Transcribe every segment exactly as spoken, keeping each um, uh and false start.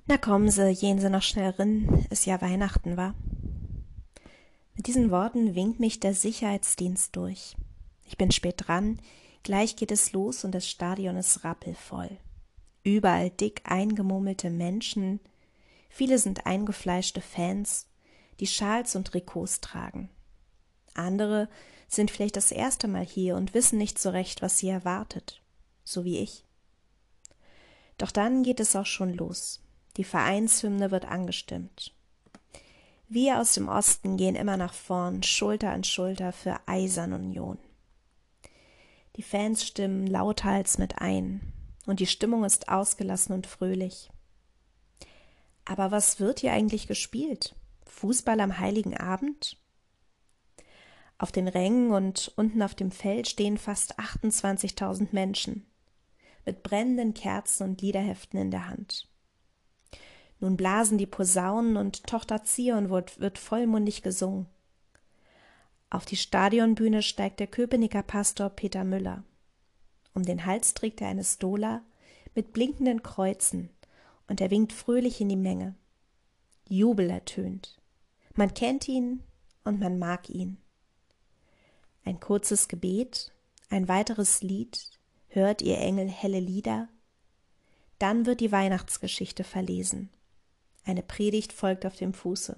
Na kommen Sie, gehen Sie noch schnell rin, ist ja Weihnachten, wa? Mit diesen Worten winkt mich der Sicherheitsdienst durch. Ich bin spät dran, gleich geht es los und das Stadion ist rappelvoll. Überall dick eingemurmelte Menschen, viele sind eingefleischte Fans, die Schals und Trikots tragen. Andere sind vielleicht das erste Mal hier und wissen nicht so recht, was sie erwartet, so wie ich. Doch dann geht es auch schon los. Die Vereinshymne wird angestimmt. Wir aus dem Osten gehen immer nach vorn, Schulter an Schulter für Eisern Union. Die Fans stimmen lauthals mit ein und die Stimmung ist ausgelassen und fröhlich. Aber was wird hier eigentlich gespielt? Fußball am Heiligen Abend? Auf den Rängen und unten auf dem Feld stehen fast achtundzwanzigtausend Menschen mit brennenden Kerzen und Liederheften in der Hand. Nun blasen die Posaunen und Tochter Zion wird, wird vollmundig gesungen. Auf die Stadionbühne steigt der Köpenicker Pastor Peter Müller. Um den Hals trägt er eine Stola mit blinkenden Kreuzen und er winkt fröhlich in die Menge. Jubel ertönt. Man kennt ihn und man mag ihn. Ein kurzes Gebet, ein weiteres Lied, hört ihr Engel helle Lieder. Dann wird die Weihnachtsgeschichte verlesen. Eine Predigt folgt auf dem Fuße.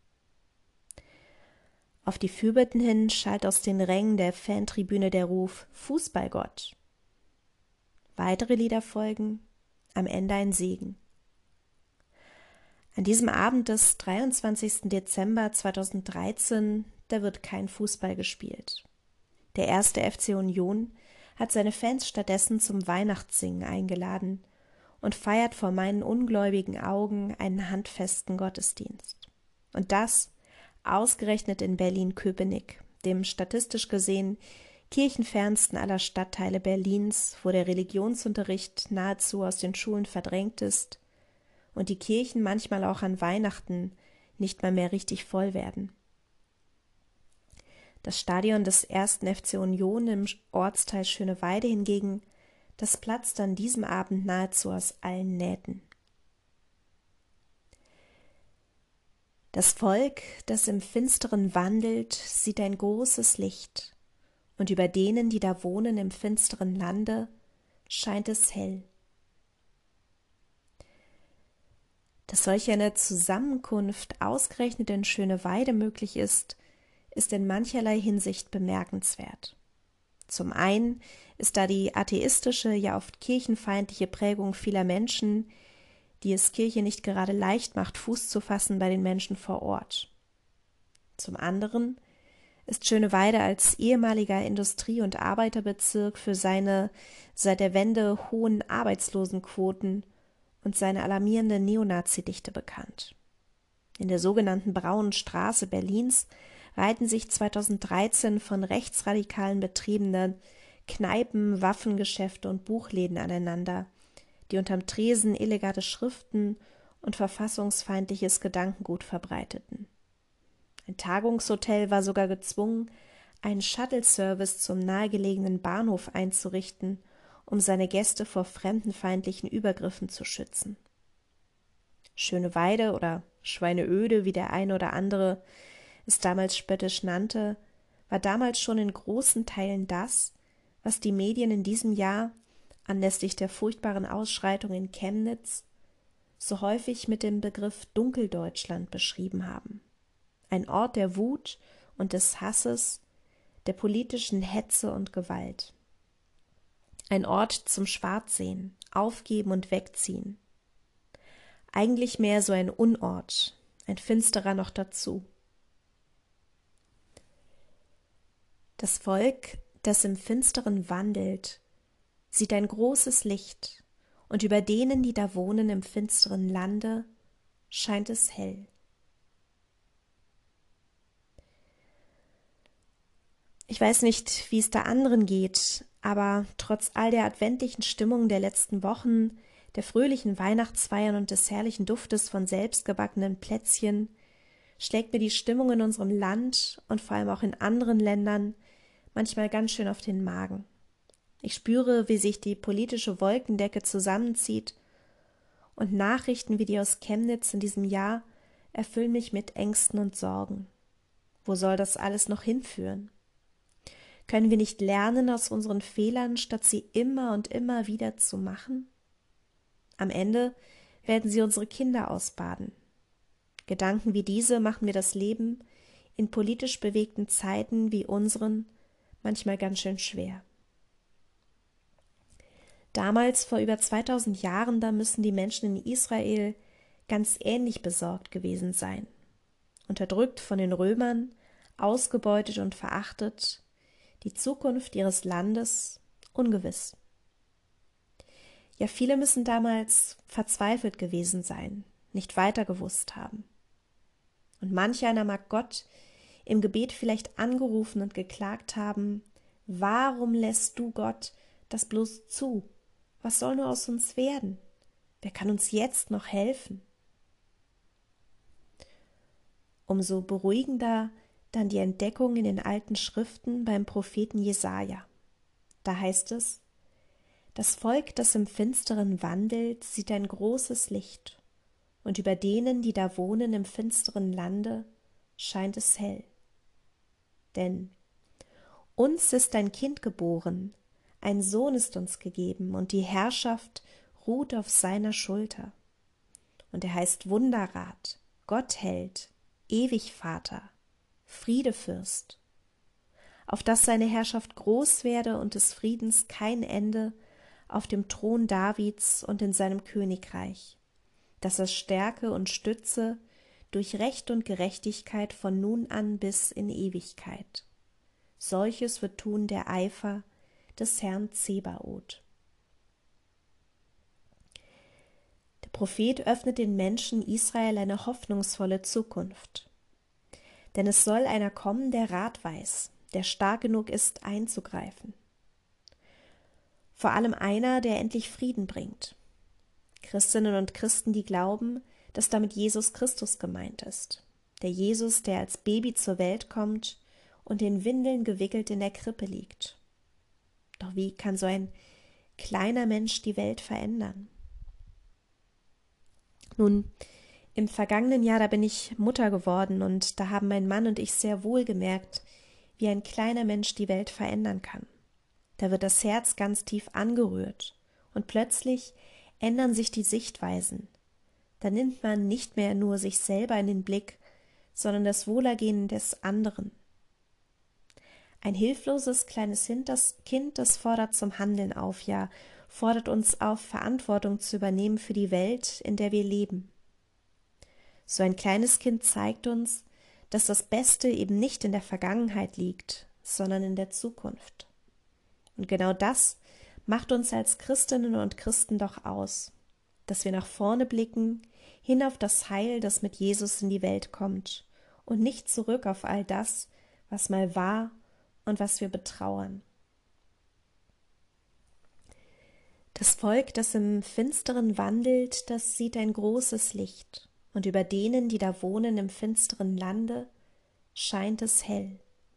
Auf die Fürbitten hin schallt aus den Rängen der Fantribüne der Ruf Fußballgott. Weitere Lieder folgen, am Ende ein Segen. An diesem Abend des dreiundzwanzigsten Dezember zweitausenddreizehn, da wird kein Fußball gespielt. Der erste F C Union hat seine Fans stattdessen zum Weihnachtssingen eingeladen und feiert vor meinen ungläubigen Augen einen handfesten Gottesdienst. Und das ausgerechnet in Berlin-Köpenick, dem statistisch gesehen kirchenfernsten aller Stadtteile Berlins, wo der Religionsunterricht nahezu aus den Schulen verdrängt ist und die Kirchen manchmal auch an Weihnachten nicht mal mehr richtig voll werden. Das Stadion des ersten F C Union im Ortsteil Schöneweide hingegen, das platzt an diesem Abend nahezu aus allen Nähten. Das Volk, das im Finsteren wandelt, sieht ein großes Licht, und über denen, die da wohnen im finsteren Lande, scheint es hell. Dass solch eine Zusammenkunft ausgerechnet in Schöneweide möglich ist, ist in mancherlei Hinsicht bemerkenswert. Zum einen ist da die atheistische, ja oft kirchenfeindliche Prägung vieler Menschen, die es Kirche nicht gerade leicht macht, Fuß zu fassen bei den Menschen vor Ort. Zum anderen ist Schöneweide als ehemaliger Industrie- und Arbeiterbezirk für seine seit der Wende hohen Arbeitslosenquoten und seine alarmierende Neonazi-Dichte bekannt. In der sogenannten Braunen Straße Berlins reihten sich zweitausenddreizehn von Rechtsradikalen betriebene Kneipen, Waffengeschäfte und Buchläden aneinander, die unterm Tresen illegale Schriften und verfassungsfeindliches Gedankengut verbreiteten. Ein Tagungshotel war sogar gezwungen, einen Shuttle-Service zum nahegelegenen Bahnhof einzurichten, um seine Gäste vor fremdenfeindlichen Übergriffen zu schützen. Schöneweide oder Schweineöde, wie der eine oder andere es damals spöttisch nannte, war damals schon in großen Teilen das, was die Medien in diesem Jahr anlässlich der furchtbaren Ausschreitung in Chemnitz so häufig mit dem Begriff Dunkeldeutschland beschrieben haben. Ein Ort der Wut und des Hasses, der politischen Hetze und Gewalt. Ein Ort zum Schwarzsehen, Aufgeben und Wegziehen. Eigentlich mehr so ein Unort, ein finsterer noch dazu. Das Volk, das im Finsteren wandelt, sieht ein großes Licht, und über denen, die da wohnen im finsteren Lande, scheint es hell. Ich weiß nicht, wie es da anderen geht, aber trotz all der adventlichen Stimmung der letzten Wochen, der fröhlichen Weihnachtsfeiern und des herrlichen Duftes von selbstgebackenen Plätzchen, schlägt mir die Stimmung in unserem Land und vor allem auch in anderen Ländern manchmal ganz schön auf den Magen. Ich spüre, wie sich die politische Wolkendecke zusammenzieht Und Nachrichten wie die aus Chemnitz in diesem Jahr erfüllen mich mit Ängsten und Sorgen. Wo soll das alles noch hinführen? Können wir nicht lernen aus unseren Fehlern, statt sie immer und immer wieder zu machen? Am Ende werden sie unsere Kinder ausbaden. Gedanken wie diese machen mir das Leben in politisch bewegten Zeiten wie unseren manchmal ganz schön schwer. Damals, vor über zweitausend Jahren, da müssen die Menschen in Israel ganz ähnlich besorgt gewesen sein. Unterdrückt von den Römern, ausgebeutet und verachtet, die Zukunft ihres Landes ungewiss. Ja, viele müssen damals verzweifelt gewesen sein, nicht weiter gewusst haben. Und manch einer mag Gott im Gebet vielleicht angerufen und geklagt haben: Warum lässt du, Gott, das bloß zu? Was soll nur aus uns werden? Wer kann uns jetzt noch helfen? Umso beruhigender dann die Entdeckung in den alten Schriften beim Propheten Jesaja. Da heißt es: Das Volk, das im Finsteren wandelt, sieht ein großes Licht, und über denen, die da wohnen im finsteren Lande, scheint es hell. Denn uns ist ein Kind geboren, ein Sohn ist uns gegeben, und die Herrschaft ruht auf seiner Schulter. Und er heißt Wunderrat, Gottheld, Ewigvater, Friedefürst, auf dass seine Herrschaft groß werde und des Friedens kein Ende auf dem Thron Davids und in seinem Königreich, dass er stärke und stütze durch Recht und Gerechtigkeit von nun an bis in Ewigkeit. Solches wird tun der Eifer des Herrn Zebaoth. Der Prophet öffnet den Menschen Israel eine hoffnungsvolle Zukunft. Denn es soll einer kommen, der Rat weiß, der stark genug ist, einzugreifen. Vor allem einer, der endlich Frieden bringt. Christinnen und Christen, die glauben, dass damit Jesus Christus gemeint ist. Der Jesus, der als Baby zur Welt kommt und in Windeln gewickelt in der Krippe liegt. Doch wie kann so ein kleiner Mensch die Welt verändern? Nun, im vergangenen Jahr, da bin ich Mutter geworden und da haben mein Mann und ich sehr wohl gemerkt, wie ein kleiner Mensch die Welt verändern kann. Da wird das Herz ganz tief angerührt und plötzlich ändern sich die Sichtweisen. Da nimmt man nicht mehr nur sich selber in den Blick, sondern das Wohlergehen des anderen. Ein hilfloses kleines Kind, das fordert zum Handeln auf, ja, fordert uns auf, Verantwortung zu übernehmen für die Welt, in der wir leben. So ein kleines Kind zeigt uns, dass das Beste eben nicht in der Vergangenheit liegt, sondern in der Zukunft. Und genau das macht uns als Christinnen und Christen doch aus, dass wir nach vorne blicken, hin auf das Heil, das mit Jesus in die Welt kommt, und nicht zurück auf all das, was mal war und was wir betrauern. Das Volk, das im Finsteren wandelt, das sieht ein großes Licht, und über denen, die da wohnen im finsteren Lande, scheint es hell.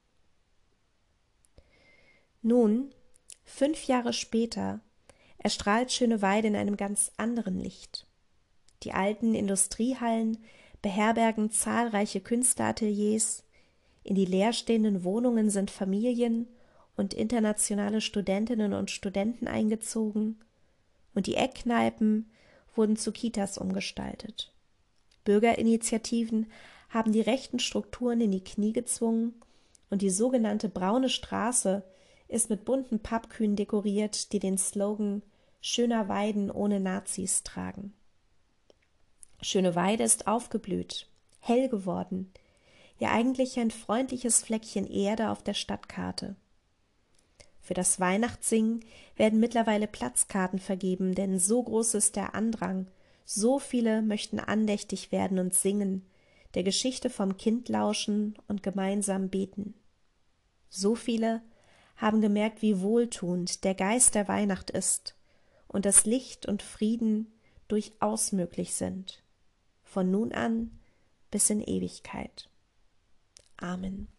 Nun, fünf Jahre später, erstrahlt Schöneweide in einem ganz anderen Licht. Die alten Industriehallen beherbergen zahlreiche Künstlerateliers, in die leerstehenden Wohnungen sind Familien und internationale Studentinnen und Studenten eingezogen, und die Eckkneipen wurden zu Kitas umgestaltet. Bürgerinitiativen haben die rechten Strukturen in die Knie gezwungen, und die sogenannte Braune Straße ist mit bunten Pappkühen dekoriert, die den Slogan »Schöner Weiden ohne Nazis« tragen. Schöneweide ist aufgeblüht, hell geworden, ja eigentlich ein freundliches Fleckchen Erde auf der Stadtkarte. Für das Weihnachtssingen werden mittlerweile Platzkarten vergeben, denn so groß ist der Andrang, so viele möchten andächtig werden und singen, der Geschichte vom Kind lauschen und gemeinsam beten. So viele haben gemerkt, wie wohltuend der Geist der Weihnacht ist und dass Licht und Frieden durchaus möglich sind, von nun an bis in Ewigkeit. Amen.